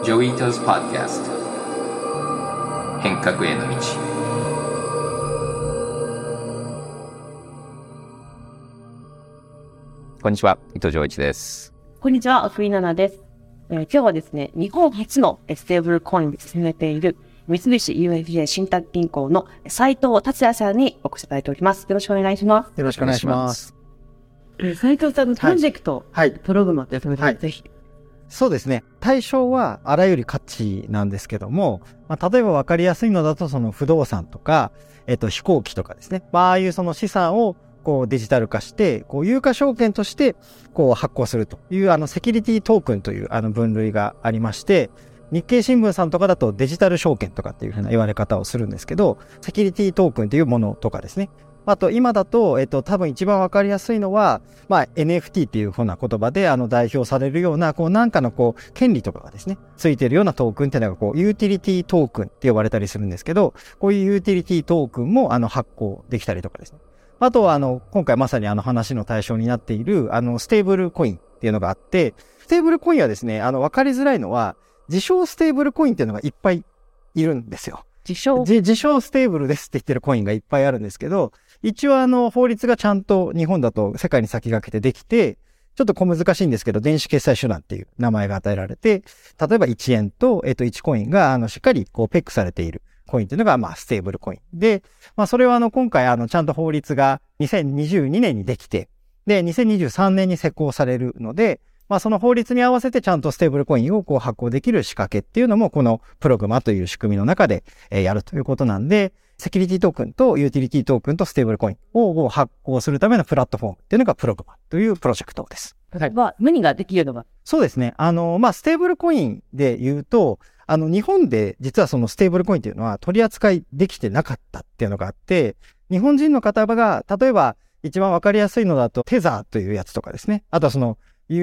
ジョイトズ・ポッドキャスト変革への道。こんにちは、伊藤浄一です。 こんにちは、奥井奈々です。今日はですね、日本初のステーブルコインを進めている三菱 UFJ 信託銀行の斉藤達也さんにお越しいただいております。よろしくお願いします。 よろしくお願いします。 斉藤さんのプロジェクト、プログラムですので、ぜひ。 そうですね。対象はあらゆる価値なんですけども、例えば分かりやすいのだとその不動産とか、飛行機とかですね。ああいうその資産をこうデジタル化して、こう有価証券としてこう発行するというセキュリティトークンという分類がありまして、日経新聞さんとかだとデジタル証券とかっていうふうな言われ方をするんですけど、セキュリティトークンというものとかですね。あと今だと、多分一番わかりやすいのは、NFT っていうふうな言葉で代表されるような、なんかの権利とかがですね、ついてるようなトークンっていうのがユーティリティトークンって呼ばれたりするんですけど、こういうユーティリティトークンも発行できたりとかですね。あとは今回まさに話の対象になっている、ステーブルコインっていうのがあって、ステーブルコインはですね、わかりづらいのは、自称ステーブルコインっていうのがいっぱいいるんですよ。自称ステーブルですって言ってるコインがいっぱいあるんですけど、一応法律がちゃんと日本だと世界に先駆けてできて、ちょっと小難しいんですけど、電子決済手段っていう名前が与えられて、例えば1円と、1コインがしっかりペックされているコインっていうのがステーブルコインで、それは今回ちゃんと法律が2022年にできて、で2023年に施行されるので、その法律に合わせてちゃんとステーブルコインを発行できる仕掛けっていうのもこのプログマという仕組みの中でやるということなんで、セキュリティトークンとユーティリティトークンとステーブルコインを発行するためのプラットフォームっていうのがプログマというプロジェクトです。 はい。何ができるのが？ そうですね。ステーブルコインで言うと、日本で実はそのステーブルコインっていうのは取り扱いできてなかったっていうのがあって、日本人の方が例えば一番わかりやすいのだとテザーというやつとかですね。あとはその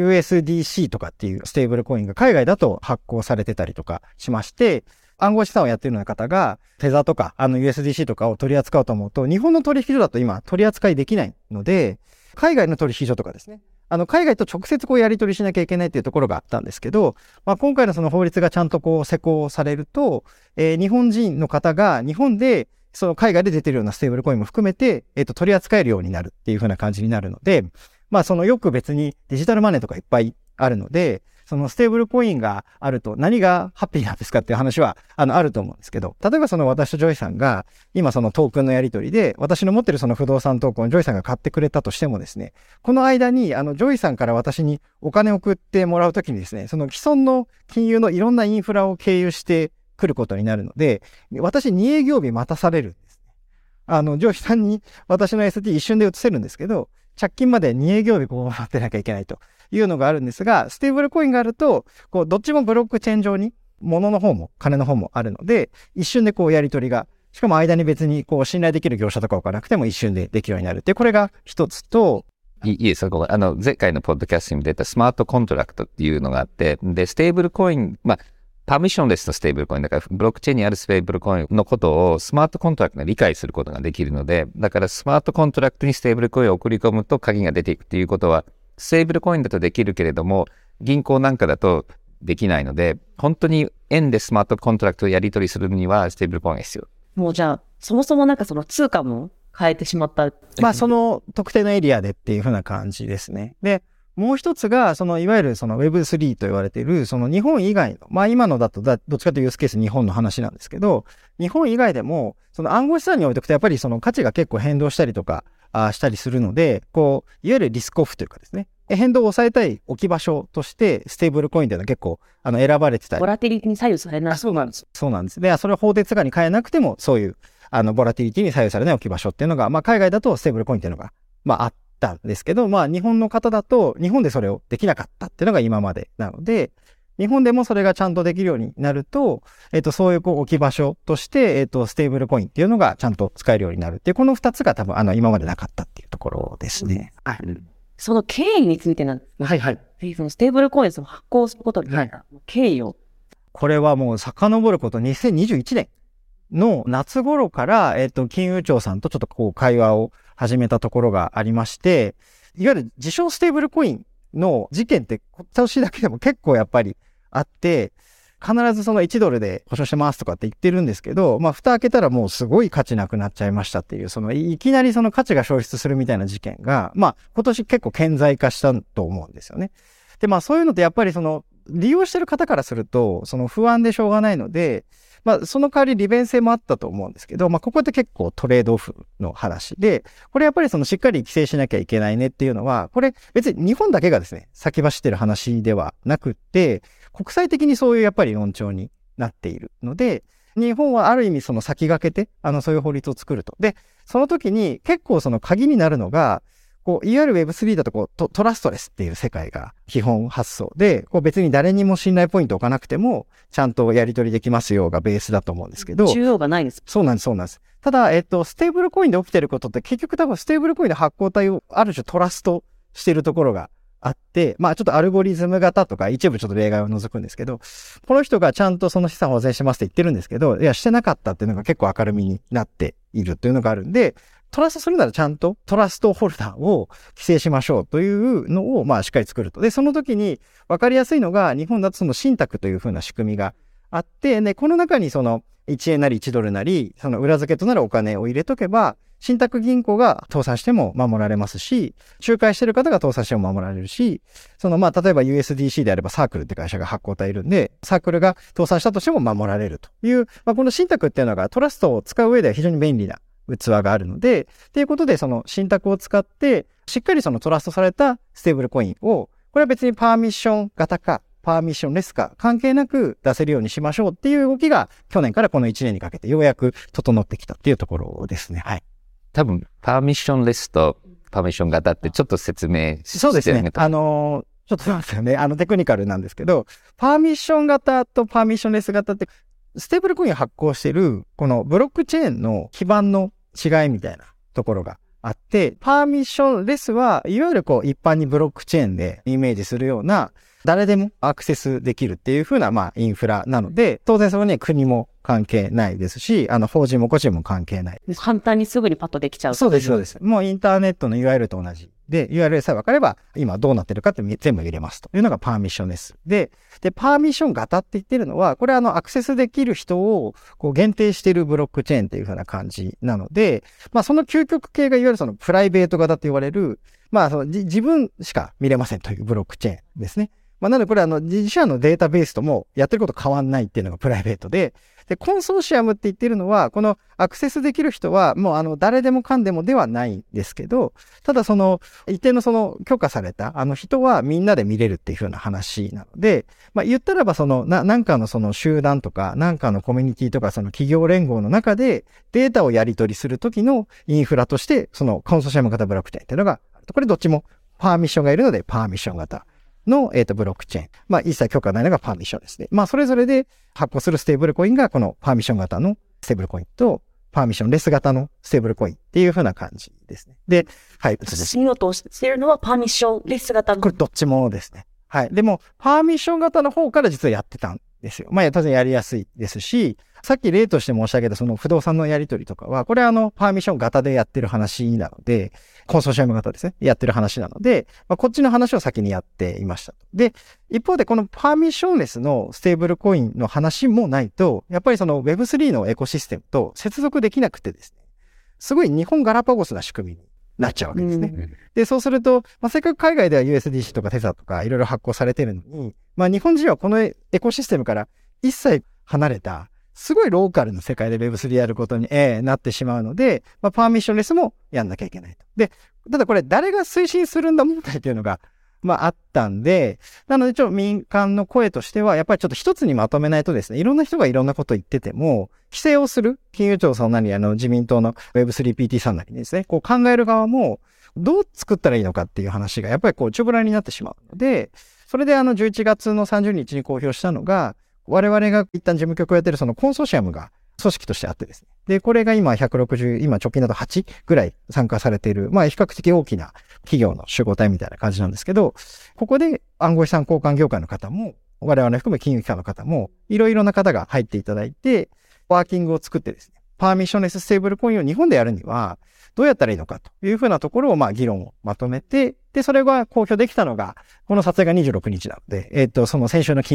USDC とかっていうステーブルコインが海外だと発行されてたりとかしまして、暗号資産をやっているような方がテザーとかUSDC とかを取り扱おうと思うと、日本の取引所だと今取り扱いできないので、海外の取引所とかですね、海外と直接やり取りしなきゃいけないっていうところがあったんですけど、今回のその法律がちゃんと施行されると、日本人の方が日本でその海外で出てるようなステーブルコインも含めて、取り扱えるようになるっていう風な感じになるので、そのよく別にデジタルマネーとかいっぱいあるので、そのステーブルコインがあると何がハッピーなんですかっていう話はあると思うんですけど、例えばその私とジョイさんが今そのトークンのやり取りで私の持ってるその不動産トークンをジョイさんが買ってくれたとしてもですね、この間にジョイさんから私にお金を送ってもらうときにですね、その既存の金融のいろんなインフラを経由してくることになるので、私2営業日待たされるんですね。ジョイさんに私の ST 一瞬で移せるんですけど、着金まで2営業日待ってなきゃいけないというのがあるんですが、ステーブルコインがあると、どっちもブロックチェーン上に物の方も金の方もあるので、一瞬でやり取りが、しかも間に別に信頼できる業者とか置かなくても一瞬でできるようになるっていう、これが一つと、 いいです。前回のポッドキャストにも出たスマートコントラクトっていうのがあって、で、ステーブルコイン、パーミッションレスのステーブルコインだから、ブロックチェーンにあるステーブルコインのことをスマートコントラクトが理解することができるので、だからスマートコントラクトにステーブルコインを送り込むと鍵が出ていくっていうことは、ステーブルコインだとできるけれども、銀行なんかだとできないので、本当に円でスマートコントラクトをやり取りするにはステーブルコインが必要。 もうじゃあ、そもそもその通貨も変えてしまった。 その特定のエリアでっていう風な感じですね。で、もう一つが、いわゆるWeb3 と言われている、日本以外の、今のだとどっちかというユースケース日本の話なんですけど、日本以外でも、暗号資産に置いておくと、やっぱり価値が結構変動したりとか、したりするので、いわゆるリスクオフというかですね、変動を抑えたい置き場所として、ステーブルコインというのは結構、選ばれてたり。 ボラティリティに左右されない。 そうなんです。そうなんです。で、それを法定通貨に変えなくても、そういう、ボラティリティに左右されない置き場所っていうのが、海外だとステーブルコインっていうのが、あったんですけど、日本の方だと、日本でそれをできなかったっていうのが今までなので、日本でもそれがちゃんとできるようになると、そういう置き場所として、ステーブルコインっていうのがちゃんと使えるようになるっていう、この2つが多分、今までなかったっていうところですね。はい。 その経緯についてなんですが、 はいはい。 そのステーブルコインを発行することになった経緯を。 これはもう遡ること2021年の夏頃から、金融庁さんとちょっと会話を始めたところがありまして、いわゆる自称ステーブルコインの事件って今年だけでも結構やっぱりあって、 必ずその1ドルで保証してますとかって言ってるんですけど、まあ蓋開けたらもうすごい価値なくなっちゃいましたっていう、そのいきなりその価値が消失するみたいな事件が、まあ今年結構顕在化したと思うんですよね。で、まあそういうのってやっぱりその利用してる方からすると、その不安でしょうがないので、まあその代わり利便性もあったと思うんですけど、まあここって結構トレードオフの話で、これやっぱりそのしっかり規制しなきゃいけないねっていうのは、これ別に日本だけがですね、先走ってる話ではなくって、国際的にそういうやっぱり論調になっているので、日本はある意味その先駆けて、そういう法律を作ると。で、その時に結構その鍵になるのが、こう、いわゆる Web3 だとトラストレスっていう世界が基本発想で、こう別に誰にも信頼ポイント置かなくても、ちゃんとやり取りできますよがベースだと思うんですけど。 需要がないです。 そうなんです。ただ、ステーブルコインで起きてることって結局多分ステーブルコインの発行体をある種トラストしているところがあって、まあちょっとアルゴリズム型とか一部ちょっと例外を除くんですけど、この人がちゃんとその資産を保全しますって言ってるんですけど、いや、してなかったっていうのが結構明るみになっているというのがあるんで、トラストするならちゃんとトラストホルダーを規制しましょうというのをまあしっかり作ると。で、その時に分かりやすいのが日本だとその信託という風な仕組みがあって、ね、この中にその1円なり1ドルなり、その裏付けとなるお金を入れとけば、信託銀行が倒産しても守られますし、仲介してる方が倒産しても守られるし、そのまあ例えば USDC であればサークルって会社が発行体いるんで、サークルが倒産したとしても守られるという、まあこの信託っていうのがトラストを使う上では非常に便利な器があるので、ということでその信託を使って、しっかりそのトラストされたステーブルコインを、これは別にパーミッション型か、パーミッションレスか関係なく出せるようにしましょうっていう動きが去年からこの1年にかけてようやく整ってきたっていうところですね。はい。 多分、パーミッションレスとパーミッション型ってちょっと説明してそうですね。ちょっとそうですよね。テクニカルなんですけど、パーミッション型とパーミッションレス型って、ステーブルコインを発行している、このブロックチェーンの基盤の違いみたいなところがあって、パーミッションレスはいわゆるこう一般にブロックチェーンでイメージするような誰でもアクセスできるっていう風なまあインフラなので、当然そこに国も関係ないですし、法人も個人も関係ない。 簡単にすぐにパッとできちゃう。 そうです。もうインターネットの URL と同じ。で、URL さえ分かれば今どうなってるかって全部入れますというのがパーミッションです。で、パーミッション型って言ってるのは、これアクセスできる人をこう限定しているブロックチェーンっていう風な感じなので、まあその究極系がいわゆるそのプライベート型と言われる、まあその自分しか見れませんというブロックチェーンですね。まあなのでこれ自社のデータベースともやってること変わんないっていうのがプライベートで、で、コンソーシアムって言ってるのは、このアクセスできる人はもう誰でもかんでもではないんですけど、ただその一定のその許可された人はみんなで見れるっていう風な話なので、まあ言ったらばそのなんかのその集団とか、なんかのコミュニティとかその企業連合の中でデータをやり取りするときのインフラとして、そのコンソーシアム型ブロックチェーンっていうのが、これどっちもパーミッションがいるのでパーミッション型の、ブロックチェーン。まあ、一切許可ないのがパーミッションですね。まあ、それぞれで発行するステーブルコインが、このパーミッション型のステーブルコインと、パーミッションレス型のステーブルコインっていう風な感じですね。で、はい。 信用としているのはパーミッションレス型の。 これどっちもですね。はい。でも、パーミッション型の方から実はやってたんですよ。まあ、当然やりやすいですし、さっき例として申し上げたその不動産のやり取りとかは、これはパーミッション型でやってる話なので、コンソーシアム型ですね。やってる話なので、まあ、こっちの話を先にやっていました。で、一方でこのパーミッションレスのステーブルコインの話もないと、やっぱりその Web3 のエコシステムと接続できなくてですね、すごい日本ガラパゴスな仕組みになっちゃうわけですね。で、そうすると、まあ、せっかく海外では USDC とかテザとかいろいろ発行されてるのに、まあ日本人はこのエコシステムから一切離れた、すごいローカルな世界で Web3 やることに、なってしまうので、まあ、パーミッションレスもやんなきゃいけないと。で、ただこれ誰が推進するんだ問題っていうのが、まああったんで、なのでちょっと民間の声としては、やっぱりちょっと一つにまとめないとですね、いろんな人がいろんなこと言ってても、規制をする金融庁さんなり自民党の Web3PT さんなりですね、こう考える側も、どう作ったらいいのかっていう話が、やっぱりこう、ちょぶらになってしまうので、それで11月の30日に公表したのが、我々が一旦事務局をやってるそのコンソーシアムが組織としてあってですね。で、これが今160、今直近だと8ぐらい参加されている、まあ比較的大きな企業の集合体みたいな感じなんですけど、ここで暗号資産交換業界の方も、我々含め金融機関の方も、いろいろな方が入っていただいて、ワーキングを作ってですね、パーミッションレスステーブルコインを日本でやるには、どうやったらいいのかというふうなところを、まあ議論をまとめて、で、それが公表できたのが、この撮影が26日なので、その先週の金曜日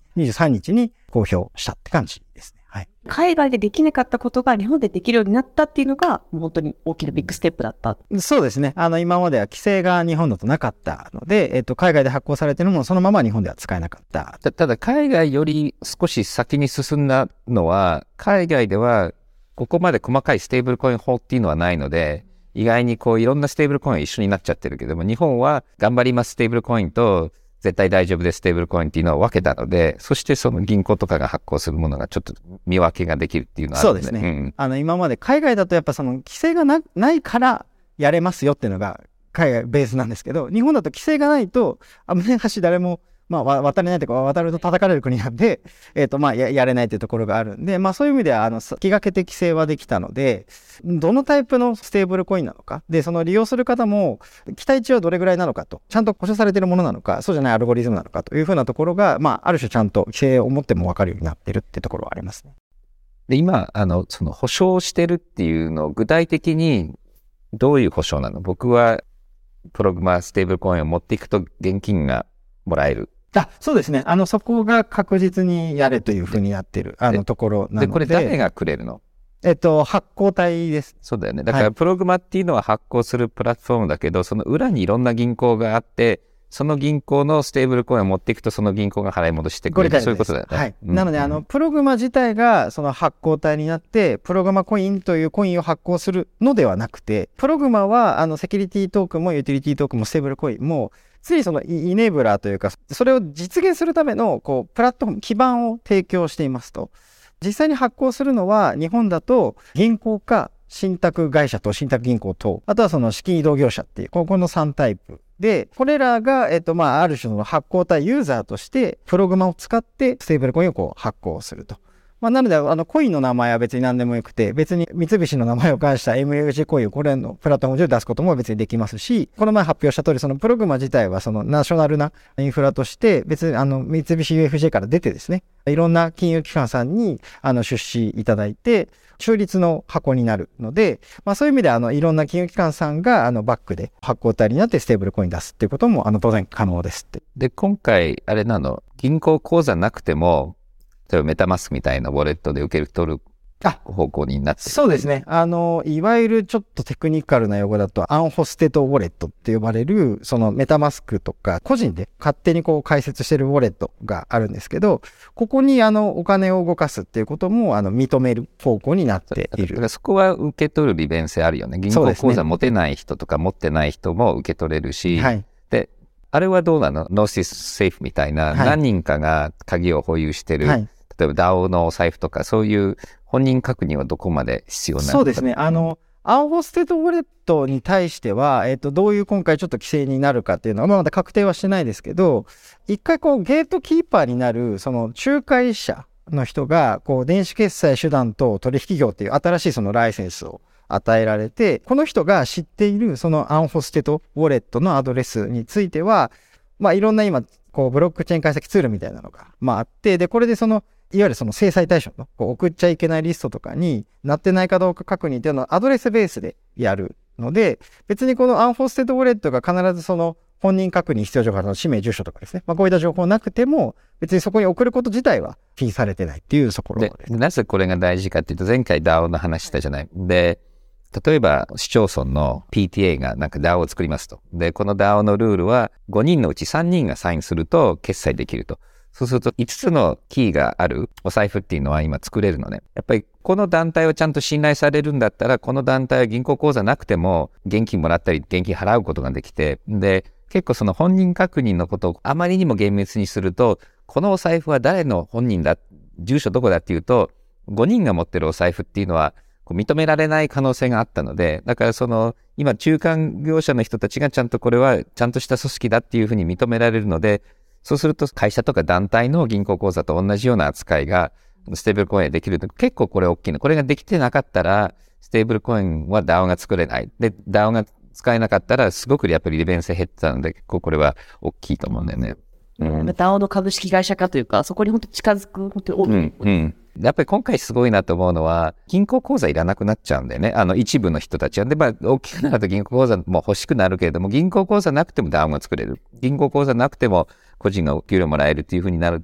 23日に公表したって感じですね。はい。 海外でできなかったことが日本でできるようになったっていうのが、もう本当に大きなビッグステップだった。 そうですね。今までは規制が日本だとなかったので、海外で発行されているものをそのまま日本では使えなかった。 ただ海外より少し先に進んだのは、海外ではここまで細かいステーブルコイン法っていうのはないので、意外にこういろんなステーブルコインが一緒になっちゃってるけども、日本は頑張りますステーブルコインと絶対大丈夫ですステーブルコインっていうのを分けたので、そしてその銀行とかが発行するものがちょっと見分けができるっていうのはあるので。 そうですね。今まで海外だとやっぱその規制がないからやれますよっていうのが海外ベースなんですけど、日本だと規制がないと危ない橋誰も渡れないというか、渡ると叩かれる国なんで、やれないというところがあるんで、そういう意味では、先駆けて規制はできたので、どのタイプのステーブルコインなのか、で、その利用する方も、期待値はどれぐらいなのかと、ちゃんと保証されているものなのか、そうじゃないアルゴリズムなのかというふうなところが、ある種ちゃんと規制を持っても分かるようになっているっていうところはありますね。 で、今、その保証してるっていうのを具体的にどういう保証なの？僕は、プログマステーブルコインを持っていくと現金がもらえる。 そうですね。そこが確実にやれというふうになっている、ところなので。 で、これ誰がくれるの？ 発行体です。 そうだよね。だから、プログマっていうのは発行するプラットフォームだけど、その裏にいろんな銀行があって、その銀行のステーブルコインを持っていくと、その銀行が払い戻してくれる。そういうことだよね。 はい。なので、プログマ自体がその発行体になって、プログマコインというコインを発行するのではなくて、プログマは、セキュリティトークンもユーティリティトークンもステーブルコインも、ついにそのイネーブラーというか、それを実現するための、プラットフォーム、基盤を提供していますと。実際に発行するのは、日本だと銀行か信託会社と信託銀行と、あとはその資金移動業者っていう、この3タイプ。で、これらが、ある種の発行体ユーザーとして、プログマを使って、ステーブルコインを発行すると。なので、コインの名前は別に何でもよくて、別に三菱の名前を冠した MUFG コインをこれのプラットフォーム上で出すことも別にできますし、この前発表した通り、そのプログマ自体はそのナショナルなインフラとして、別に三菱 UFJ から出てですね、いろんな金融機関さんに出資いただいて、中立の箱になるので、そういう意味でいろんな金融機関さんがバックで発行体になってステーブルコイン出すっていうことも当然可能ですって。 で、今回あれなの、銀行口座なくても、例えばメタマスクみたいなウォレットで受け取る方向になってる。 そうですね。いわゆるちょっとテクニカルな用語だと、アンホステッドウォレットって呼ばれる、そのメタマスクとか、個人で勝手に開設してるウォレットがあるんですけど、ここにお金を動かすっていうことも認める方向になっている。 だからそこは受け取る利便性あるよね。銀行口座持てない人とか持ってない人も受け取れるし、 はい。 で、あれはどうなの？ノーシスセーフみたいな、何人かが鍵を保有してる。はい、例えば DAO のお財布とか、そういう本人確認はどこまで必要なのか。 そうですね。アンホステッドウォレットに対しては、どういう今回ちょっと規制になるかっていうのは、まだ確定はしてないですけど、一回ゲートキーパーになる、その仲介者の人が、電子決済手段と取引業っていう新しいそのライセンスを与えられて、この人が知っているそのアンホステッドウォレットのアドレスについては、いろんな今、ブロックチェーン解析ツールみたいなのが、あって、で、これでいわゆるその制裁対象の送っちゃいけないリストとかになってないかどうか確認っていうのをアドレスベースでやるので、別にこのアンホステッドウォレットが必ずその本人確認必要情報の氏名、住所とかですね。こういった情報なくても、別にそこに送ること自体はフィーされてないっていうところです。 で、なぜこれが大事かっていうと、前回 DAO の話したじゃない。で、例えば市町村の PTA がなんか DAO を作りますと。で、この DAO のルールは5人のうち3人がサインすると決済できると。そうすると5つのキーがあるお財布っていうのは今作れるのね。やっぱりこの団体をちゃんと信頼されるんだったら、この団体は銀行口座なくても現金もらったり現金払うことができて、で、結構その本人確認のことをあまりにも厳密にすると、このお財布は誰の本人だ、住所どこだっていうと、5人が持ってるお財布っていうのは認められない可能性があったので、だから今中間業者の人たちがちゃんとこれはちゃんとした組織だっていうふうに認められるので、そうすると会社とか団体の銀行口座と同じような扱いがステーブルコインでできると、結構これ大きいの。これができてなかったら、ステーブルコインは DAO が作れない。で、DAO が使えなかったら、すごくやっぱり利便性減ってたので、結構これは大きいと思うんだよね。 DAO の株式会社化というか、そこに本当に近づく、本当に大きい。 やっぱり今回すごいなと思うのは、銀行口座いらなくなっちゃうんだよね。一部の人たちは。で、大きくなると銀行口座も欲しくなるけれども、銀行口座なくても DAO が作れる。銀行口座なくても個人が給料もらえるっていう風になると、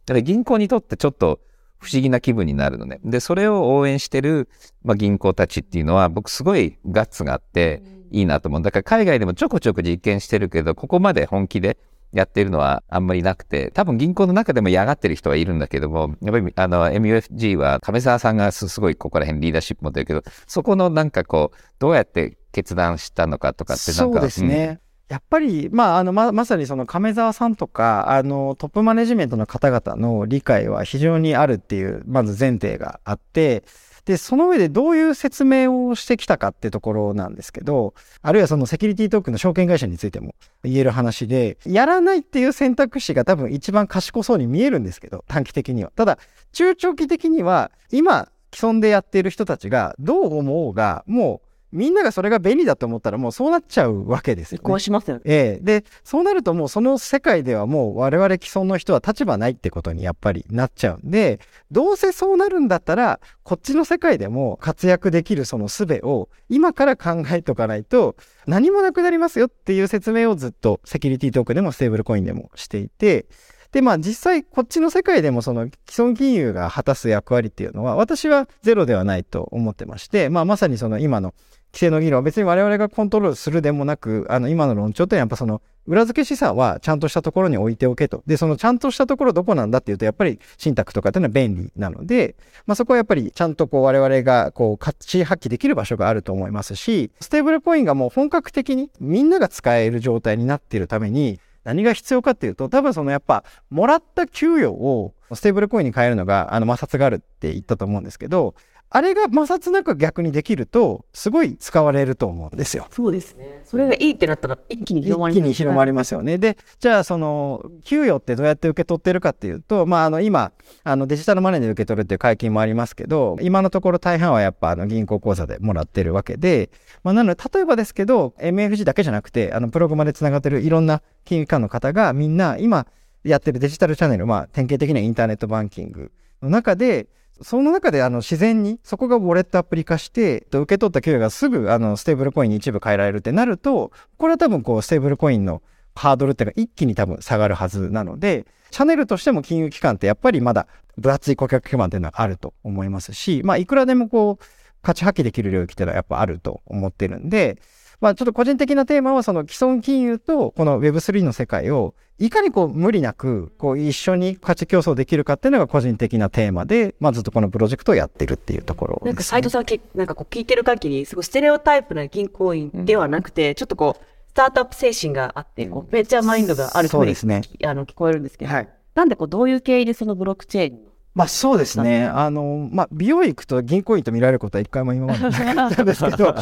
だから銀行にとってちょっと不思議な気分になるのね。で、それを応援してる、銀行たちっていうのは、僕すごいガッツがあって、いいなと思う。だから海外でもちょこちょこ実験してるけど、ここまで本気でやってるのはあんまりなくて、多分銀行の中でも嫌がってる人はいるんだけども、やっぱりMUFG は亀澤さんがすごいここら辺リーダーシップ持ってるけど、そこのなんかこう、どうやって決断したのかとかってなんか。 そうですね。やっぱり、まさにその亀澤さんとか、トップマネジメントの方々の理解は非常にあるっていう、まず前提があって、で、その上でどういう説明をしてきたかってところなんですけど、あるいはそのセキュリティトークンの証券会社についても言える話で、やらないっていう選択肢が多分一番賢そうに見えるんですけど、短期的には。ただ、中長期的には、今、既存でやっている人たちがどう思おうが、もう、みんながそれが便利だと思ったらもうそうなっちゃうわけですよね。 移行しますよね。 で、そうなるともうその世界ではもう我々既存の人は立場ないってことにやっぱりなっちゃうんで、どうせそうなるんだったら、こっちの世界でも活躍できるその術を今から考えとかないと何もなくなりますよっていう説明をずっとセキュリティトークンでもステーブルコインでもしていて、で、実際こっちの世界でもその既存金融が果たす役割っていうのは私はゼロではないと思ってまして、まさにその今の規制の議論は別に我々がコントロールするでもなく、今の論調ってやっぱその裏付け資産はちゃんとしたところに置いておけと。で、そのちゃんとしたところどこなんだっていうと、やっぱり信託とかっていうのは便利なので、そこはやっぱりちゃんとこう我々がこう価値発揮できる場所があると思いますし、ステーブルコインがもう本格的にみんなが使える状態になっているために、何が必要かっていうと、多分そのやっぱもらった給与をステーブルコインに変えるのが摩擦があるって言ったと思うんですけど、あれが摩擦なく逆にできると、すごい使われると思うんですよ。 そうですね。それがいいってなったら一気に広まります。 一気に広まりますよね。で、じゃあその、給与ってどうやって受け取ってるかっていうと、今、デジタルマネーで受け取るっていう解禁もありますけど、今のところ大半はやっぱ銀行口座でもらってるわけで、なので、例えばですけど、MFG だけじゃなくて、プログマでつながってるいろんな金融機関の方がみんな今やってるデジタルチャンネル、典型的にはインターネットバンキングの中で、その中で自然にそこがウォレットアプリ化して受け取った給与がすぐステーブルコインに一部変えられるってなると、これは多分こうステーブルコインのハードルっていうのが一気に多分下がるはずなので、チャンネルとしても金融機関ってやっぱりまだ分厚い顧客基盤っていうのはあると思いますし、いくらでもこう価値発揮できる領域っていうのはやっぱあると思ってるんで、ちょっと個人的なテーマはその既存金融とこの Web3 の世界をいかにこう無理なくこう一緒に価値競争できるかっていうのが個人的なテーマで、ずっとこのプロジェクトをやってるっていうところですね。 なんか斉藤さんなんかこう聞いてる限りすごいステレオタイプな銀行員ではなくて、ちょっとこうスタートアップ精神があってこうベンチャーマインドがある風に聞こえるんですけど、なんでこうどういう経緯でそのブロックチェーンそうですね。美容院行くと銀行員と見られることは一回も今までなかったんですけど、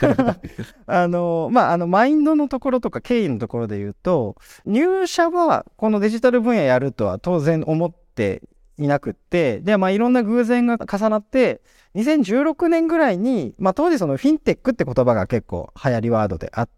マインドのところとか経緯のところで言うと、入社はこのデジタル分野やるとは当然思っていなくって、で、いろんな偶然が重なって、2016年ぐらいに、当時そのフィンテックって言葉が結構流行りワードであって、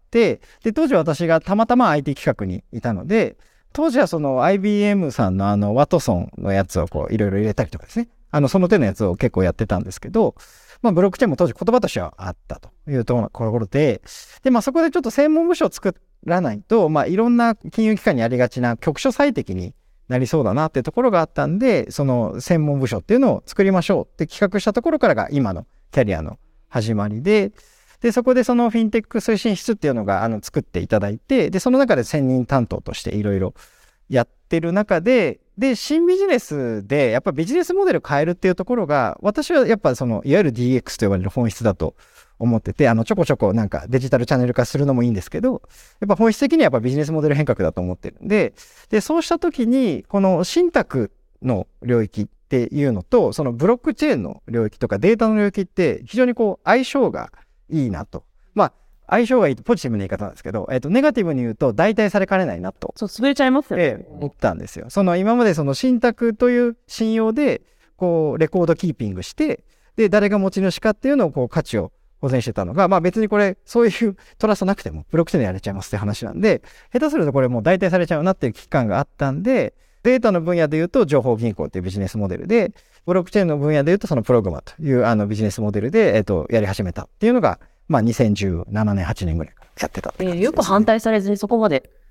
で、当時私がたまたま IT 企画にいたので、当時はその IBM さんのワトソンのやつをこういろいろ入れたりとかですね。その手のやつを結構やってたんですけど、ブロックチェーンも当時言葉としてはあったというところで、そこでちょっと専門部署を作らないと、いろんな金融機関にありがちな局所最適になりそうだなっていうところがあったんで、その専門部署っていうのを作りましょうって企画したところからが今のキャリアの始まりで、そこでそのフィンテック推進室っていうのが作っていただいて、で、その中で専任担当としていろいろやってる中で、新ビジネスでやっぱビジネスモデル変えるっていうところが、私はやっぱそのいわゆる DX と呼ばれる本質だと思ってて、ちょこちょこなんかデジタルチャンネル化するのもいいんですけど、やっぱ本質的にはやっぱビジネスモデル変革だと思ってるんで、そうした時にこの信託の領域っていうのと、そのブロックチェーンの領域とかデータの領域って非常にこう相性がいいなと。相性がいいとポジティブな言い方なんですけど、ネガティブに言うと代替されかねないなと。 そう、滑れちゃいますよね。 思ったんですよ。今までその信託という信用で、こう、レコードキーピングして、で、誰が持ち主かっていうのをこう、価値を保全してたのが、別にこれ、そういうトラストなくても、ブロックチェーンでやれちゃいますって話なんで、下手するとこれもう代替されちゃうなっていう危機感があったんで、データの分野で言うと情報銀行っていうビジネスモデルで、ブロックチェーンの分野で言うとそのプログマというビジネスモデルで、やり始めたっていうのが、2017年、8年ぐらいからやってたって感じですね。 よく反対されずにそこまで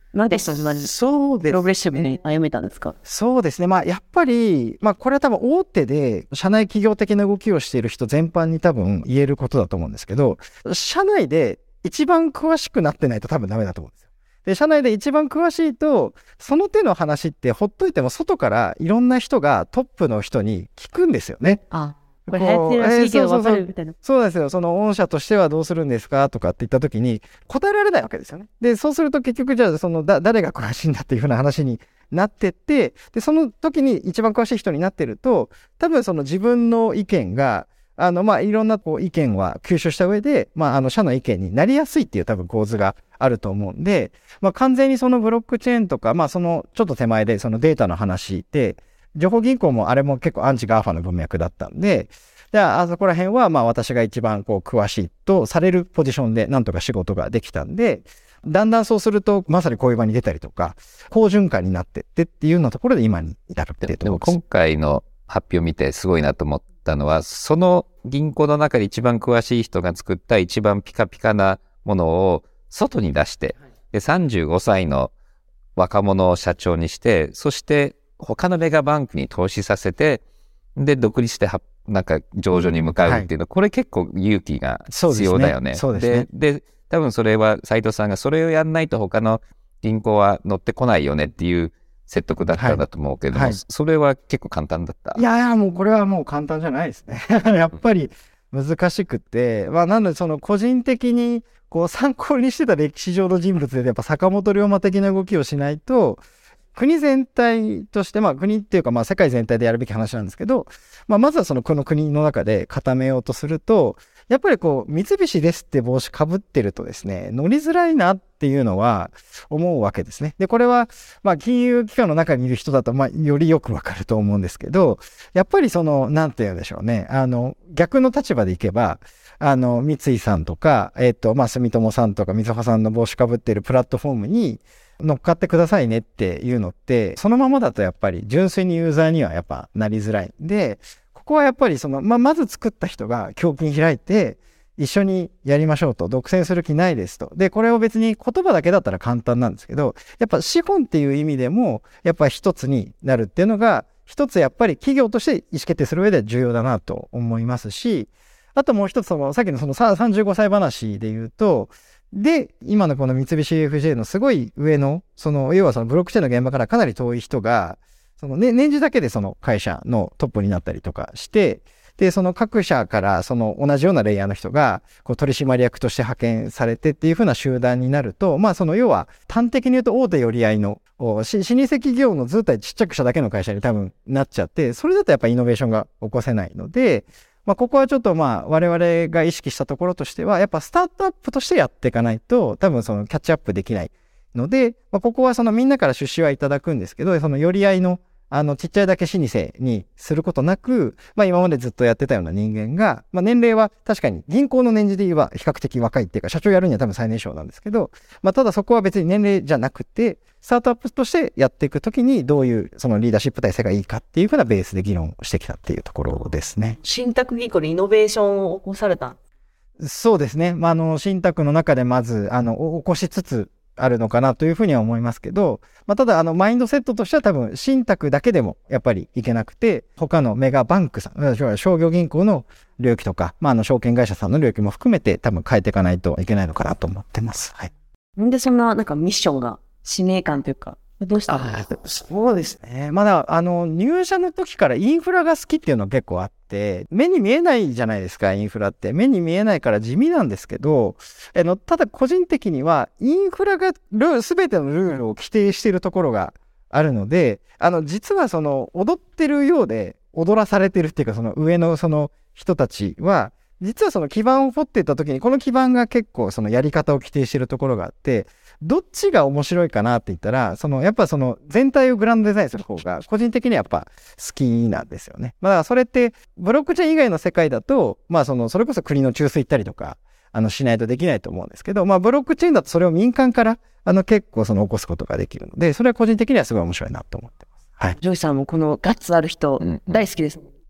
なんでそんなにそうですプログレッシブに歩めたんですか？ そうですね。やっぱり、これは多分大手で社内企業的な動きをしている人全般に多分言えることだと思うんですけど、社内で一番詳しくなってないと多分ダメだと思うんですよ。で、社内で一番詳しいと、その手の話ってほっといても外からいろんな人がトップの人に聞くんですよね。 これ流行ってるらしいけど分かるみたいな。 そうですよ。その御社としてはどうするんですかとかって言った時に答えられないわけですよね。で、そうすると結局じゃあ誰が詳しいんだっていうふうな話になってって、で、その時に一番詳しい人になってると、多分その自分の意見が、いろんな意見は吸収した上で、社の意見になりやすいっていう多分構図があると思うんで、完全にそのブロックチェーンとか、そのちょっと手前でそのデータの話で、情報銀行もあれも結構アンチガーファの文脈だったんで、じゃあ、そこら辺は私が一番詳しいとされるポジションでなんとか仕事ができたんで、だんだんそうするとまさにこういう場に出たりとか、好循環になってっていうようなところで今に至るっていうところです。 でも今回の発表を見てすごいなと思ったのは、その銀行の中で一番詳しい人が作った一番ピカピカなものを外に出して、で35歳の若者を社長にして、そして他のメガバンクに投資させて、で独立してなんか上場に向かうっていうの、これ結構勇気が必要だよね。 そうですね。 で多分それは斉藤さんがそれをやんないと他の銀行は乗ってこないよねっていう説得だったんだと思うけども、それは結構簡単だった。 いやもうこれはもう簡単じゃないですね。やっぱり難しくて、なのでその個人的に参考にしてた歴史上の人物でやっぱ坂本龍馬的な動きをしないと、国全体として、国っていうか世界全体でやるべき話なんですけど、まずはこの国の中で固めようとすると、やっぱり三菱ですって帽子かぶってるとですね、乗りづらいなっていうのは思うわけですね。で、これは、金融機関の中にいる人だと、よりよくわかると思うんですけど、やっぱりなんて言うんでしょうね。逆の立場でいけば、三井さんとか、住友さんとか、みずほさんの帽子かぶってるプラットフォームに乗っかってくださいねっていうのって、そのままだとやっぱり純粋にユーザーにはやっぱなりづらいんで、ここはやっぱりまず作った人が胸筋開いて、一緒にやりましょうと、独占する気ないですと。で、これを別に言葉だけだったら簡単なんですけど、やっぱ資本っていう意味でも、やっぱり一つになるっていうのが、一つやっぱり企業として意思決定する上では重要だなと思いますし、あともう一つさっきの35歳話で言うと、で、今のこの三菱 UFJ のすごい上の、要はブロックチェーンの現場からかなり遠い人が、年次だけでその会社のトップになったりとかして、で、その各社から同じようなレイヤーの人が取締役として派遣されてっていう風な集団になると、要は端的に言うと大手寄り合いの老舗企業の図体ちっちゃくしただけの会社に多分なっちゃって、それだとやっぱイノベーションが起こせないので、ここはちょっと我々が意識したところとしては、やっぱスタートアップとしてやっていかないと、多分キャッチアップできないので、ここはみんなから出資はいただくんですけど、寄り合いのちっちゃいだけ老舗にすることなく、今までずっとやってたような人間が、年齢は確かに銀行の年次で言えば比較的若いっていうか、社長やるには多分最年少なんですけど、ただそこは別に年齢じゃなくて、スタートアップとしてやっていくときにどういうリーダーシップ体制がいいかっていうふうなベースで議論してきたっていうところですね。 信託銀行でイノベーションを起こされた？ そうですね。信託の中でまず、起こしつつ、あるのかなというふうには思いますけど、ただマインドセットとしては多分信託だけでもやっぱりいけなくて、他のメガバンクさん、商業銀行の領域とか、証券会社さんの領域も含めて多分変えていかないといけないのかなと思ってます。はい。 なんでそんなミッションが使命感というか、どうしたの？ そうですね。まだ入社の時からインフラが好きっていうのは結構あって、目に見えないじゃないですか、インフラって。目に見えないから地味なんですけど、ただ個人的にはインフラが全てのルールを規定しているところがあるので、実は踊ってるようで踊らされてるっていうか、上の人たちは、実は基盤を掘っていった時に、この基盤が結構やり方を規定しているところがあって、どっちが面白いかなって言ったら、やっぱ全体をグランドデザインする方が、個人的にはやっぱ好きなんですよね。だからそれって、ブロックチェーン以外の世界だと、それこそ国の中枢行ったりとか、しないとできないと思うんですけど、ブロックチェーンだとそれを民間から、結構起こすことができるので、それは個人的にはすごい面白いなと思ってます。はい。 ジョイさんもこのガッツある人、大好きです。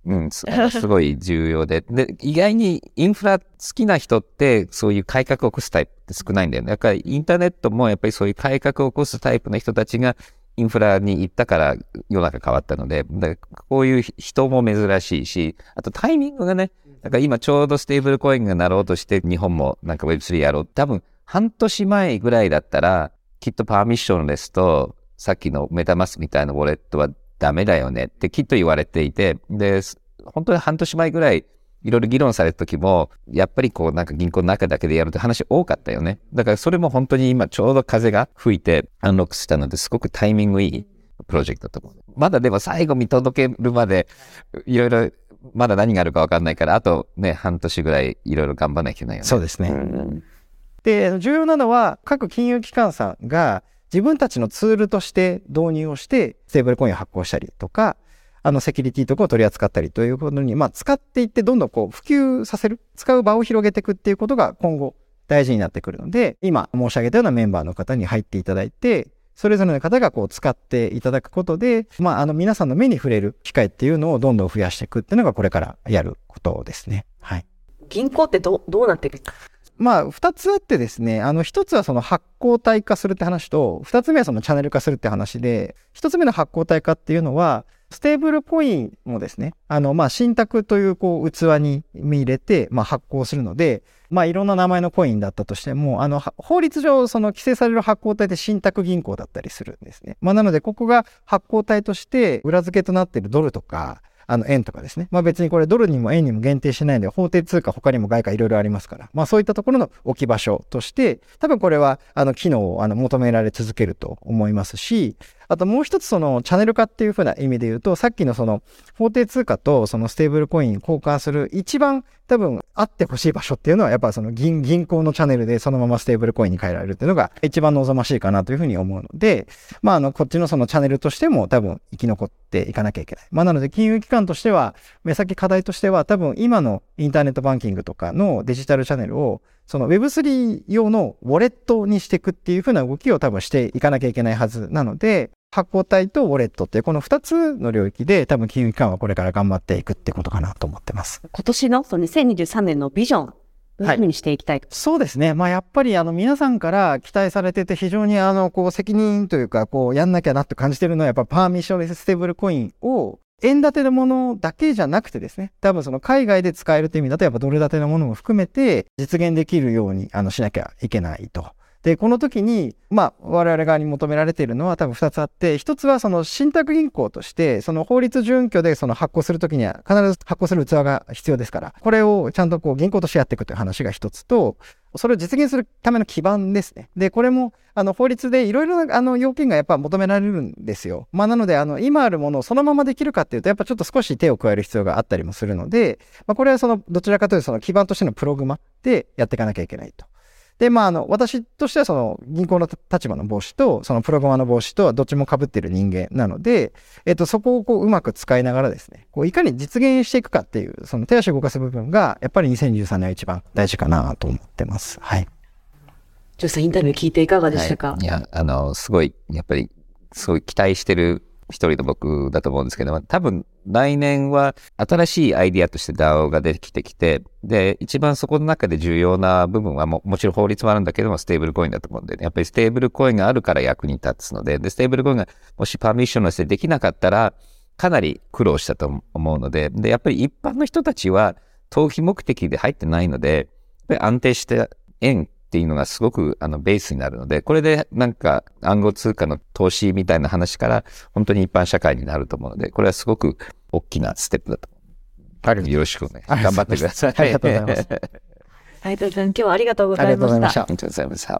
すごい重要で。で、意外にインフラ好きな人ってそういう改革を起こすタイプって少ないんだよね。だからインターネットもやっぱりそういう改革を起こすタイプの人たちがインフラに行ったから世の中変わったので、だからこういう人も珍しいし、あとタイミングがね、だから今ちょうどステーブルコインがなろうとして日本もなんか Web3 やろう。多分半年前ぐらいだったらきっとパーミッションレスとさっきのメタマスみたいなウォレットはダメだよねってきっと言われていて、で、本当に半年前ぐらいいろいろ議論された時も、やっぱりこうなんか銀行の中だけでやるって話多かったよね。だからそれも本当に今ちょうど風が吹いてアンロックしたのですごくタイミングいいプロジェクトだと思う。まだでも最後見届けるまでいろいろまだ何があるか分かんないから、あとね、半年ぐらいいろいろ頑張らなきゃいけないよね。 そうですね。で、重要なのは各金融機関さんが自分たちのツールとして導入をしてステーブルコインを発行したりとか、セキュリティとかを取り扱ったりということに、使っていってどんどんこう普及させる、使う場を広げていくっていうことが今後大事になってくるので、今申し上げたようなメンバーの方に入っていただいて、それぞれの方がこう使っていただくことで、皆さんの目に触れる機会っていうのをどんどん増やしていくっていうのがこれからやることですね。はい。 銀行ってどうなっていく？ 二つあってですね、一つはその発行体化するって話と、二つ目はそのチャンネル化するって話で、一つ目の発行体化っていうのは、ステーブルコインもですね、信託というこう器に見入れて、発行するので、いろんな名前のコインだったとしても、法律上その規制される発行体って信託銀行だったりするんですね。なので、ここが発行体として裏付けとなっているドルとか、円とかですね。別にこれドルにも円にも限定しないので、法定通貨他にも外貨いろいろありますから。そういったところの置き場所として、多分これは、機能を求められ続けると思いますし、あともう一つそのチャンネル化っていう風な意味で言うと、さっきのその法定通貨とそのステーブルコイン交換する一番多分あってほしい場所っていうのはやっぱその銀行のチャンネルでそのままステーブルコインに変えられるっていうのが一番望ましいかなというふうに思うので、こっちのそのチャンネルとしても多分生き残っていかなきゃいけない。なので金融機関としては、目先課題としては多分今のインターネットバンキングとかのデジタルチャンネルをその Web3 用のウォレットにしていくっていう風な動きを多分していかなきゃいけないはずなので、発行体とウォレットっていうこの2つの領域で多分金融機関はこれから頑張っていくってことかなと思ってます。 今年のその2023年のビジョン、どういうふうにしていきたいか、 そうですね。やっぱり皆さんから期待されてて非常にこう責任というかこうやんなきゃなって感じてるのはやっぱパーミッションレスステーブルコインを円建てのものだけじゃなくてですね、多分その海外で使えるという意味だとやっぱドル建てのものも含めて実現できるようにしなきゃいけないと。で、この時に、我々側に求められているのは多分2つあって、1つはその信託銀行として、その法律準拠でその発行する時には必ず発行する器が必要ですから、これをちゃんとこう銀行としてやっていくという話が1つと、それを実現するための基盤ですね。で、これも法律でいろいろな要件がやっぱ求められるんですよ。なので今あるものをそのままできるかっていうと、やっぱちょっと少し手を加える必要があったりもするので、これはそのどちらかというとその基盤としてのプログマでやっていかなきゃいけないと。で、私としてはその銀行の立場の帽子と、そのプログマの帽子とはどっちも被っている人間なので、そこをこううまく使いながらですね、こういかに実現していくかっていう、その手足を動かす部分が、やっぱり2013年は一番大事かなと思ってます。はい。 ジョイさん、インタビュー聞いていかがでしたか？ いや、すごい、やっぱり、すごい期待してる一人の僕だと思うんですけど、多分来年は新しいアイディアとして DAO が出てきて、で、一番そこの中で重要な部分はもちろん法律もあるんだけども、ステーブルコインだと思うんで、ね、やっぱりステーブルコインがあるから役に立つので、ステーブルコインがもしパーミッションレスでできなかったら、かなり苦労したと思うので、やっぱり一般の人たちは投機目的で入ってないので、やっぱり安定した円っていうのがすごくベースになるので、これでなんか暗号通貨の投資みたいな話から本当に一般社会になると思うので、これはすごごく大きなステップだと思う。よろしくお願いします。頑張ってください。 ありがとうございます。 はい、という今日はありがとうございました。 ありがとうございました。 ありがとうございました。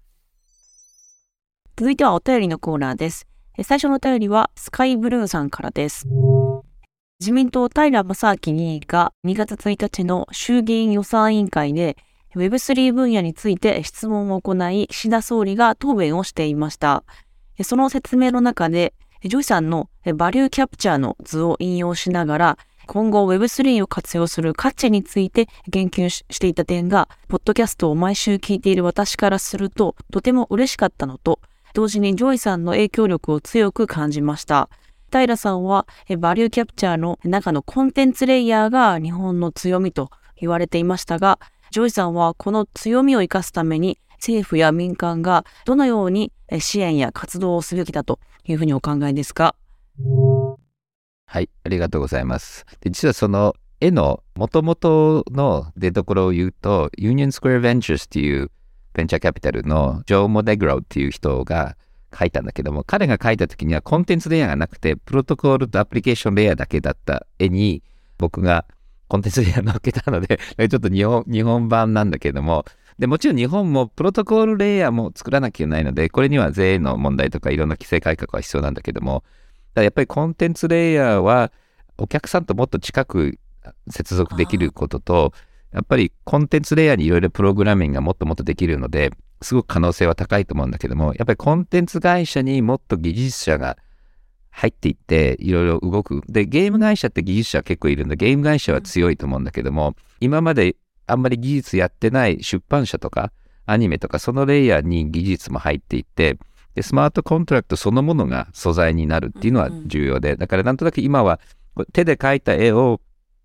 続いてはお便りのコーナーです。最初のお便りはスカイブルーさんからです。自民党平正明議員が2月1日の衆議院予算委員会でWeb3 分野について質問を行い、岸田総理が答弁をしていました。その説明の中で、ジョイさんのバリューキャプチャーの図を引用しながら、今後 Web3 を活用する価値について言及していた点が、ポッドキャストを毎週聞いている私からすると、とても嬉しかったのと、同時にジョイさんの影響力を強く感じました。 平さんはバリューキャプチャーの中のコンテンツレイヤーが日本の強みと言われていましたが、ジョイさんはこの強みを生かすために政府や民間がどのように支援や活動をすべきだというふうにお考えですか？ はい、ありがとうございます。で、実はその絵の元々の出所を言うと、ユニオンスクエアベンチャーズっていうベンチャーキャピタルのジョー・モデグローっていう人が描いたんだけども、彼が描いた時にはコンテンツレイヤーがなくて、プロトコルとアプリケーションレイヤーだけだった絵に、僕がコンテンツレイヤー乗っけたので、ちょっと日本版なんだけども、で、もちろん日本もプロトコルレイヤーも作らなきゃいけないので、これには税の問題とかいろんな規制改革は必要なんだけども、やっぱりコンテンツレイヤーはお客さんともっと近く接続できることと、やっぱりコンテンツレイヤーにいろいろプログラミングがもっともっとできるので、すごく可能性は高いと思うんだけども、やっぱりコンテンツ会社にもっと技術者が入っていっていろいろ動く。で、ゲーム会社って技術者結構いるんで、ゲーム会社は強いと思うんだけども、今まであんまり技術やってない出版社とかアニメとかそのレイヤーに技術も入っていって、で、スマートコントラクトそのものが素材になるっていうのは重要で、だからなんとなく今は手で描いた絵を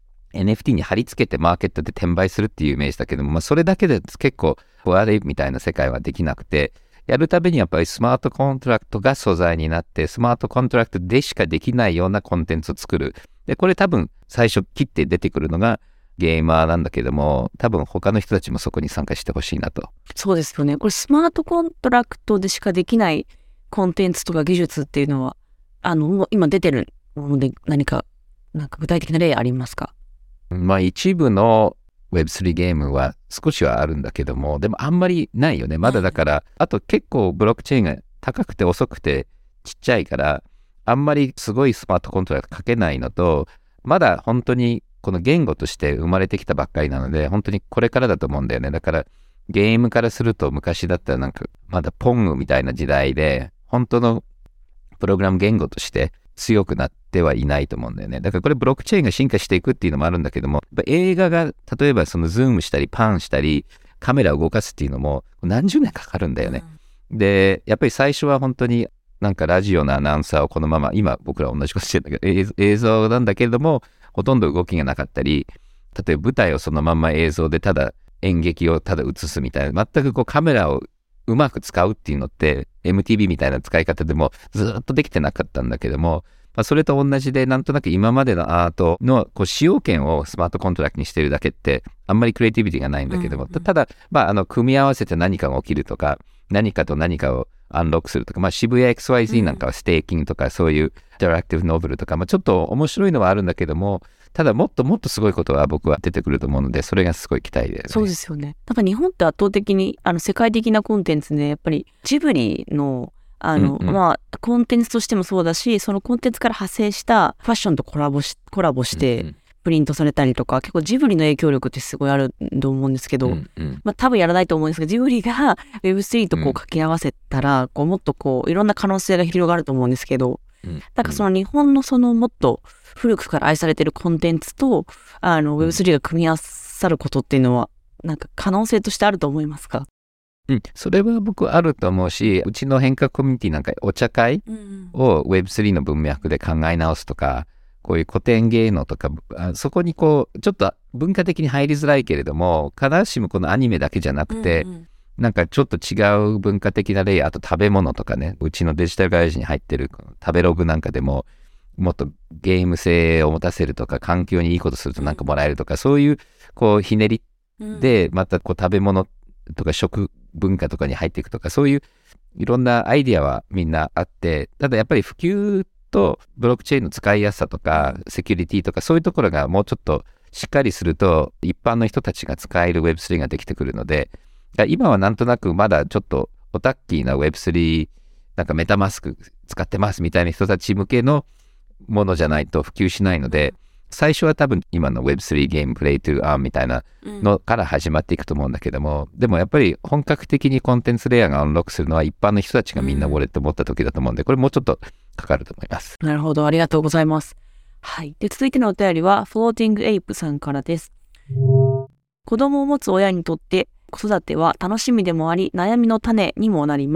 NFT に貼り付けてマーケットで転売するっていうイメージだけども、それだけで結構悪いみたいな世界はできなくて、やるたびにやっぱりスマートコントラクトが素材になって、スマートコントラクトでしかできないようなコンテンツを作る。で、これ多分最初切って出てくるのがゲーマーなんだけども、多分他の人たちもそこに参加してほしいなと。 そうですよね。これスマートコントラクトでしかできないコンテンツとか技術っていうのは、もう今出てるものでなんか具体的な例ありますか？ まあ一部の Web3 ゲームは少しはあるんだけども、でもあんまりないよね。まだだから、あと結構ブロックチェーンが高くて遅くてちっちゃいから、あんまりすごいスマートコントラクト書けないのと、まだ本当にこの言語として生まれてきたばっかりなので、本当にこれからだと思うんだよね。だからゲームからすると昔だったらなんかまだポングみたいな時代で、本当のプログラム言語として強くなってはいないと思うんだよね。だからこれブロックチェーンが進化していくっていうのもあるんだけども、映画が例えばそのズームしたりパンしたりカメラを動かすっていうのも何十年かかるんだよね。で、やっぱり最初は本当になんかラジオのアナウンサーをこのまま、今僕ら同じことしてるんだけど、映像なんだけれども、ほとんど動きがなかったり、例えば舞台をそのまんま映像でただ演劇をただ映すみたいな、全くこうカメラをうまく使うっていうのって MTV みたいな使い方でもずっとできてなかったんだけども、それと同じでなんとなく今までのアートのこう使用権をスマートコントラクトにしてるだけってあんまりクリエイティビティがないんだけども、ただ、組み合わせて何かが起きるとか、何かと何かをアンロックするとか、渋谷 XYZ なんかはステーキングとか、そういうインタラクティブノベルとか、ちょっと面白いのはあるんだけども、ただもっともっとすごいことは僕は出てくると思うので、それがすごい期待で、ね。 そうですよね。日本って圧倒的に世界的なコンテンツで、やっぱりジブリのコンテンツとしてもそうだし、そのコンテンツから派生したファッションとコラボしてプリントされたりとか、結構ジブリの影響力ってすごいあると思うんですけど、多分やらないと思うんですけど、ジブリが Web3 と掛け合わせたら、もっといろんな可能性が広がると思うんですけど、その日本のもっと古くから愛されているコンテンツとWeb3 が組み合わさることっていうのは可能性としてあると思いますか？ それは僕あると思うし、うちの変革コミュニティなんかお茶会を Web3 の文脈で考え直すとか、こういう古典芸能とか、そこにちょっと文化的に入りづらいけれども、必ずしもこのアニメだけじゃなくて、なんかちょっと違う文化的な例、あと食べ物とかね、うちのデジタルガレージに入ってる食べログなんかでも、もっとゲーム性を持たせるとか、環境にいいことするとなんかもらえるとか、そういうひねりで、また食べ物とか食文化とかに入っていくとか、そういういろんなアイディアはみんなあって、ただやっぱり普及とブロックチェーンの使いやすさとか、セキュリティとか、そういうところがもうちょっとしっかりすると、一般の人たちが使える Web3 ができてくるので、今はなんとなくまだちょっとオタッキーな Web3 なんかメタマスク使ってますみたいな人たち向けのものじゃないと普及しないので、最初は多分今の Web3 ゲームプレイトゥーアーンみたいなのから始まっていくと思うんだけども、でもやっぱり本格的にコンテンツレイヤーがアンロックするのは一般の人たちがみんなウォレット持った時だと思うんで、これもうちょっとかかると思います。 なるほど、ありがとうございます。はい。で、続いてのお便りはフローティングエイプさんからです。子供を持つ親にとって子育ては楽しみでもあり悩みの種にもなります。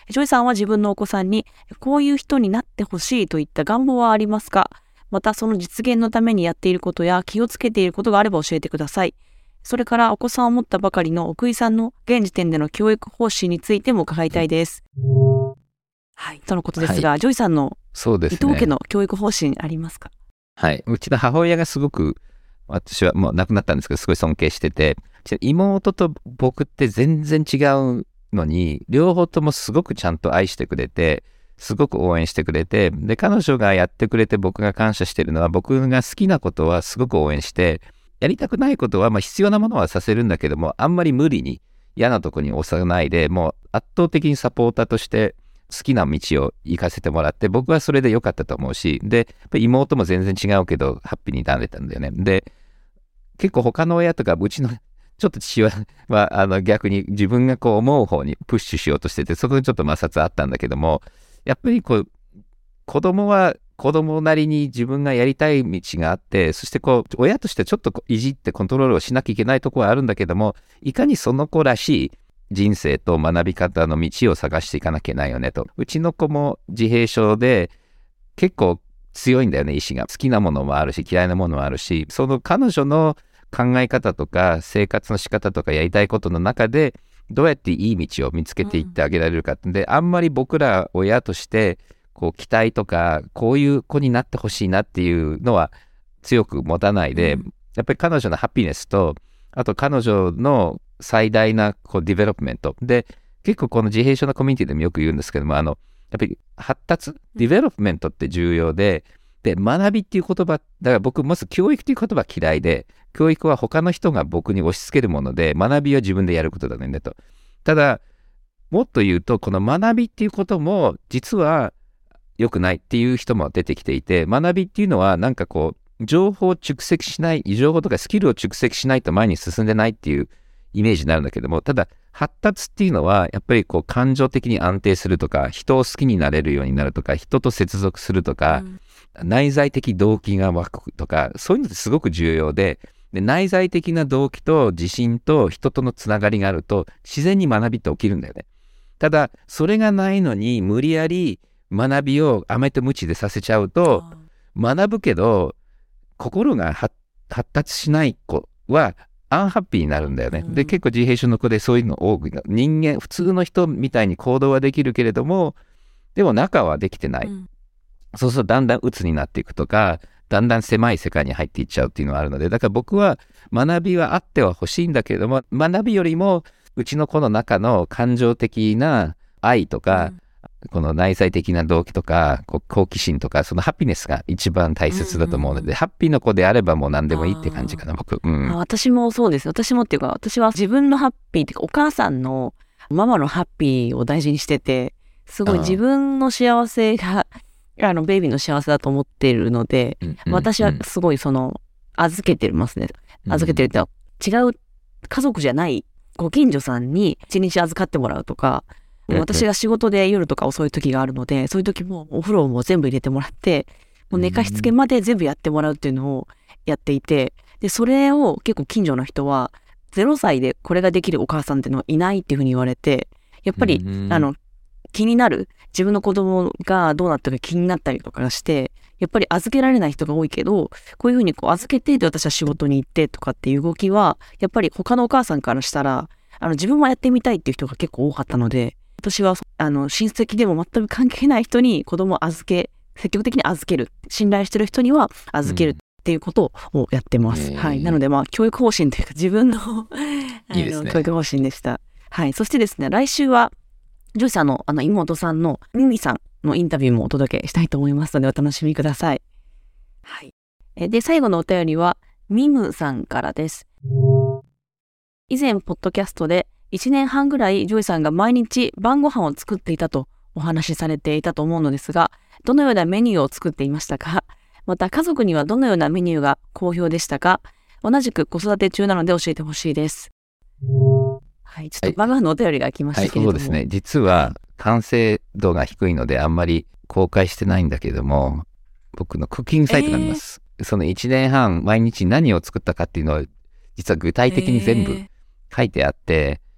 ジョイさんは自分のお子さんにこういう人になってほしいといった願望はありますか？またその実現のためにやっていることや気をつけていることがあれば教えてください。それからお子さんを持ったばかりの奥井さんの現時点での教育方針についても伺いたいです。はい、とのことですが、ジョイさんの伊藤家の教育方針ありますか？ はい。うちの母親がすごく、私はもう亡くなったんですけど、すごい尊敬してて、妹と僕って全然違うのに、両方ともすごくちゃんと愛してくれて、すごく応援してくれて、で、彼女がやってくれて僕が感謝してるのは、僕が好きなことはすごく応援して、やりたくないことは、必要なものはさせるんだけども、あんまり無理に嫌なとこに押さないで、もう圧倒的にサポーターとして、好きな道を行かせてもらって、僕はそれで良かったと思うし、で、妹も全然違うけど、ハッピーになれたんだよね。で、結構他の親とか、うちのちょっと父親は、逆に自分がこう思う方にプッシュしようとしてて、そこでちょっと摩擦あったんだけども、やっぱりこう、子供は子供なりに自分がやりたい道があって、そしてこう、親としてちょっといじってコントロールをしなきゃいけないところはあるんだけども、いかにその子らしい人生と学び方の道を探していかなきゃいけないよねと。うちの子も自閉症で結構強いんだよね、意志が。好きなものもあるし、嫌いなものもあるし、その彼女の考え方とか生活の仕方とかやりたいことの中で、どうやっていい道を見つけていってあげられるかって。で、あんまり僕ら親としてこう期待とか、こういう子になってほしいなっていうのは強く持たないで、やっぱり彼女のハピネスと、あと彼女の最大なこうディベロップメントで、結構この自閉症のコミュニティでもよく言うんですけども、やっぱり発達ディベロップメントって重要で、学びっていう言葉、だから僕まず教育っていう言葉嫌いで、教育は他の人が僕に押し付けるもので、学びは自分でやることだねと。ただもっと言うと、この学びっていうことも実は良くないっていう人も出てきていて、学びっていうのはなんかこう情報を蓄積しない、情報とかスキルを蓄積しないと前に進んでないっていうイメージになるんだけども、ただ発達っていうのはやっぱりこう感情的に安定するとか、人を好きになれるようになるとか、人と接続するとか、内在的動機が湧くとか、そういうのってすごく重要で、内在的な動機と自信と人とのつながりがあると自然に学びって起きるんだよね。ただそれがないのに無理やり学びを飴と鞭でさせちゃうと、学ぶけど心が発達しない子はアンハッピーになるんだよね。で、結構自閉症の子でそういうの多く、人間普通の人みたいに行動はできるけれども、でも中はできてない、そうするとだんだん鬱になっていくとか、だんだん狭い世界に入っていっちゃうっていうのはあるので、だから僕は学びはあっては欲しいんだけれども、学びよりもうちの子の中の感情的な愛とか、この内在的な動機とか好奇心とか、そのハピネスが一番大切だと思うので、ハッピーの子であればもう何でもいいって感じかな、僕。 私もそうです。私もっていうか、私は自分のハッピーっていうか、お母さんのママのハッピーを大事にしてて、すごい自分の幸せがベイビーの幸せだと思っているので、私はすごい預けてますね。預けてるって違う家族じゃないご近所さんに一日預かってもらうとか、私が仕事で夜とか遅い時があるので、そういう時もお風呂も全部入れてもらって、もう寝かしつけまで全部やってもらうっていうのをやっていて、で、それを結構近所の人は、0歳でこれができるお母さんっていうのはいないっていうふうに言われて、やっぱり、気になる、自分の子供がどうなったか気になったりとかして、やっぱり預けられない人が多いけど、こういうふうに預けてで私は仕事に行ってとかっていう動きは、やっぱり他のお母さんからしたら、自分もやってみたいっていう人が結構多かったので、私は親戚でも全く関係ない人に子供を積極的に預ける、信頼してる人には預けるっていうことをやってます。はい。なので教育方針というか自分のいいですね、 教育方針でした。はい。そしてですね、来週はジョイさんの妹さんのミミさんのインタビューもお届けしたいと思いますのでお楽しみください。はい。で、最後のお便りはミムさんからです。以前ポッドキャストで1年半ぐらいジョイさんが毎日晩ご飯を作っていたとお話しされていたと思うのですが、どのようなメニューを作っていましたか？また家族にはどのようなメニューが好評でしたか？同じく子育て中なので教えてほしいです。はい、ちょっと晩ご飯のお便りが来ましたけれども、 そうですね。実は完成度が低いのであんまり公開してないんだけども、僕のクッキングサイトがあります。その1年半毎日何を作ったかっていうのを実は具体的に全部書いてあって、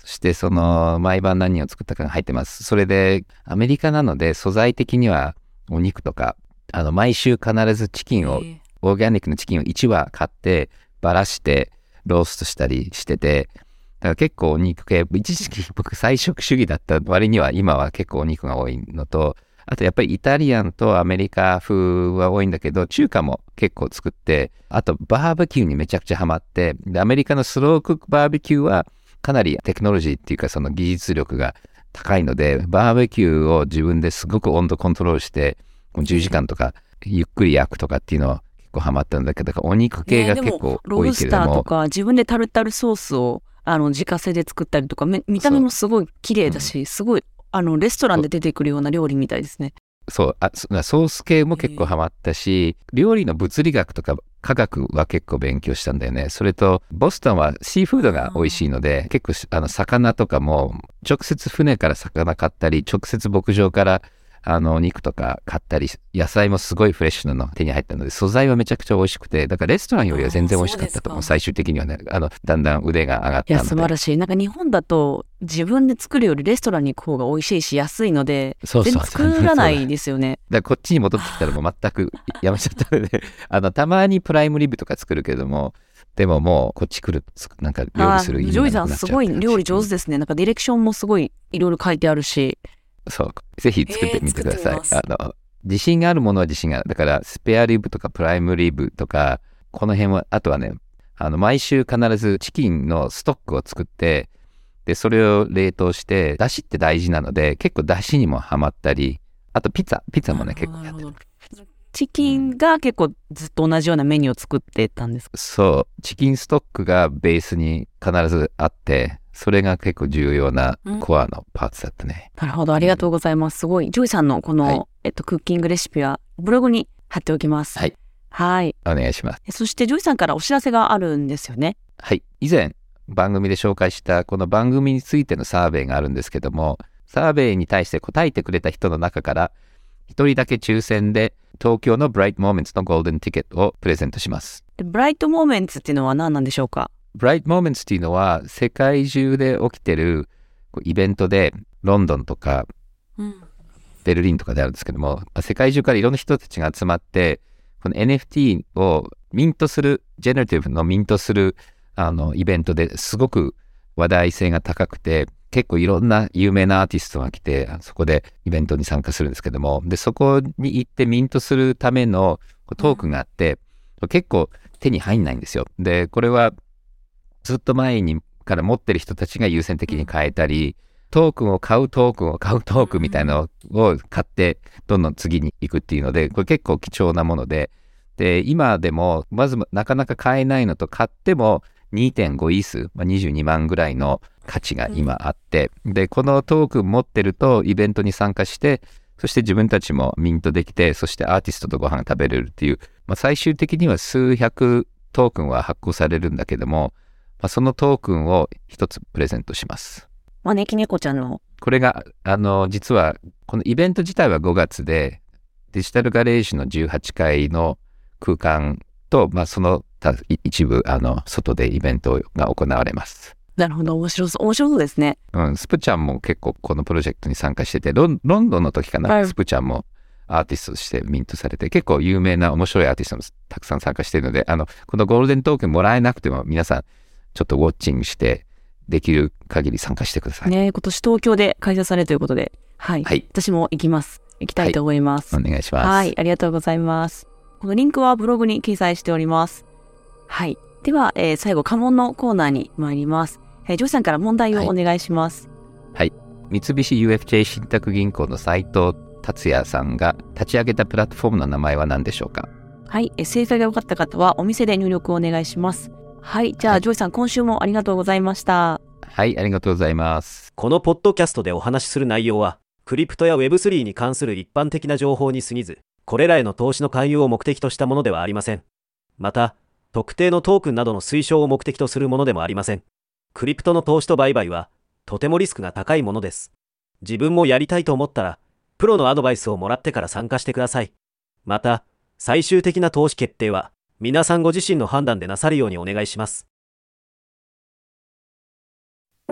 そしてその毎晩何を作ったかが入ってます。それでアメリカなので素材的にはお肉とか、毎週必ずチキンを、オーガニックのチキンを1羽買ってばらしてローストしたりしてて、だから結構お肉系、一時期僕菜食主義だった割には今は結構お肉が多いのと、あとやっぱりイタリアンとアメリカ風は多いんだけど、中華も結構作って、あとバーベキューにめちゃくちゃハマって、でアメリカのスロークックバーベキューはかなりテクノロジーっていうかその技術力が高いので、バーベキューを自分ですごく温度コントロールして、10時間とかゆっくり焼くとかっていうのは結構ハマったんだけど、お肉系が結構多いけれども。 ロブスターとか自分でタルタルソースを自家製で作ったりとか、見た目もすごい綺麗だし、すごいレストランで出てくるような料理みたいですね。 そう、ソース系も結構ハマったし、料理の物理学とか科学は結構勉強したんだよね。それと、ボストンはシーフードが美味しいので、結構魚とかも、直接船から魚買ったり、直接牧場からお肉とか買ったり、野菜もすごいフレッシュなの手に入ったので、素材はめちゃくちゃ美味しくて、だからレストランよりは全然美味しかったと思う。最終的にはね、だんだん腕が上がったので。 いや、素晴らしい。なんか日本だと自分で作るよりレストランに行く方が美味しいし安いので、 そう全然作らないですよね。 だからこっちに戻ってきたらもう全くやめちゃったので、たまにプライムリブとか作るけれども、でももうこっち来るなんか料理する意味ジョイさがなくなっちゃう。 んすごい料理上手ですね。なんかディレクションもすごいいろいろ書いてあるし。 そう、ぜひ作ってみてください。 作って自信があるものは自信がある。だからスペアリブとかプライムリブとか、この辺は、あとはね、毎週必ずチキンのストックを作って、で、それを冷凍して、だしって大事なので、結構だしにもハマったり、あとピザもね、結構やってる。 チキンが結構ずっと同じようなメニューを作ってたんですか？ そう、チキンストックがベースに必ずあって、それが結構重要なコアのパーツだったね。 なるほど、ありがとうございます。すごい。ジョイさんのこの、クッキングレシピはブログに貼っておきます。 はい。 はい。 お願いします。 そしてジョイさんからお知らせがあるんですよね。 はい。以前番組で紹介したこの番組についてのサーベイがあるんですけども、サーベイに対して答えてくれた人の中から一人だけ抽選で東京のブライトモーメンツのゴールデンティケットをプレゼントします。 でブライトモーメンツっていうのは何なんでしょうか？ ブライトモーメンツっていうのは世界中で起きてるイベントで、ロンドンとかベルリンとかであるんですけども、世界中からいろんな人たちが集まって、この NFT をミントする、ジェネラティブのミントするイベントですごく話題性が高くて、結構いろんな有名なアーティストが来て、そこでイベントに参加するんですけども、でそこに行ってミントするためのトークンがあって、結構手に入んないんですよ。でこれはずっと前にから持ってる人たちが優先的に買えたり、トークンを買うトークンみたいなのを買ってどんどん次に行くっていうので、これ結構貴重なもので、今でもまずなかなか買えないのと、買っても 2.5 イース、22万ぐらいの価値が今あって、でこのトークン持ってるとイベントに参加して、そして自分たちもミントできて、そしてアーティストとご飯食べれるっていう、最終的には数百トークンは発行されるんだけども、そのトークンを一つプレゼントします。 招き猫ちゃんの。これが実はこのイベント自体は5月で、デジタルガレージの18階の空間と、その一部外でイベントが行われます。 なるほど、面白そうですね。 スプちゃんも結構このプロジェクトに参加してて、ロンドンの時かな、スプちゃんもアーティストとしてミントされて、結構有名な面白いアーティストもたくさん参加しているので、このゴールデントークンもらえなくても皆さんちょっとウォッチングしてできる限り参加してください。 ね、今年東京で開催されるということで、はい、私も行きたいと思います。 お願いします。 はい、ありがとうございます。このリンクはブログに掲載しております。はい、では、最後家紋のコーナーに参ります。ジョイさんから問題をお願いします。 はい、三菱 UFJ 信託銀行の斉藤達也さんが立ち上げたプラットフォームの名前は何でしょうか？ はい、正解が分かった方はお店で入力をお願いします。はい、じゃあ、ジョイさん、今週もありがとうございました。 はい、ありがとうございます。 このポッドキャストでお話しする内容は、クリプトや Web3 に関する一般的な情報に過ぎず、これらへの投資の勧誘を目的としたものではありません。また、特定のトークンなどの推奨を目的とするものでもありません。クリプトの投資と売買は、とてもリスクが高いものです。自分もやりたいと思ったら、プロのアドバイスをもらってから参加してください。また、最終的な投資決定は、皆さんご自身の判断でなさるようにお願いします。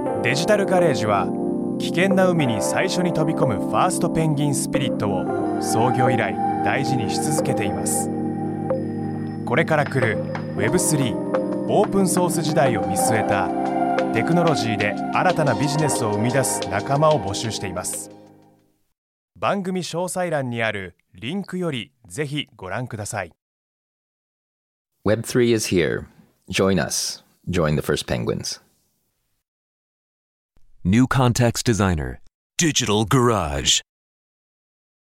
デジタルガレージは危険な海に最初に飛び込むファーストペンギンスピリットを創業以来大事にし続けています。これから来る Web3 オープンソース時代を見据えたテクノロジーで新たなビジネスを生み出す仲間を募集しています。番組詳細欄にあるリンクよりぜひご覧ください。 Web3 is here. Join us. Join the first penguins. New Context Designer, Digital Garage.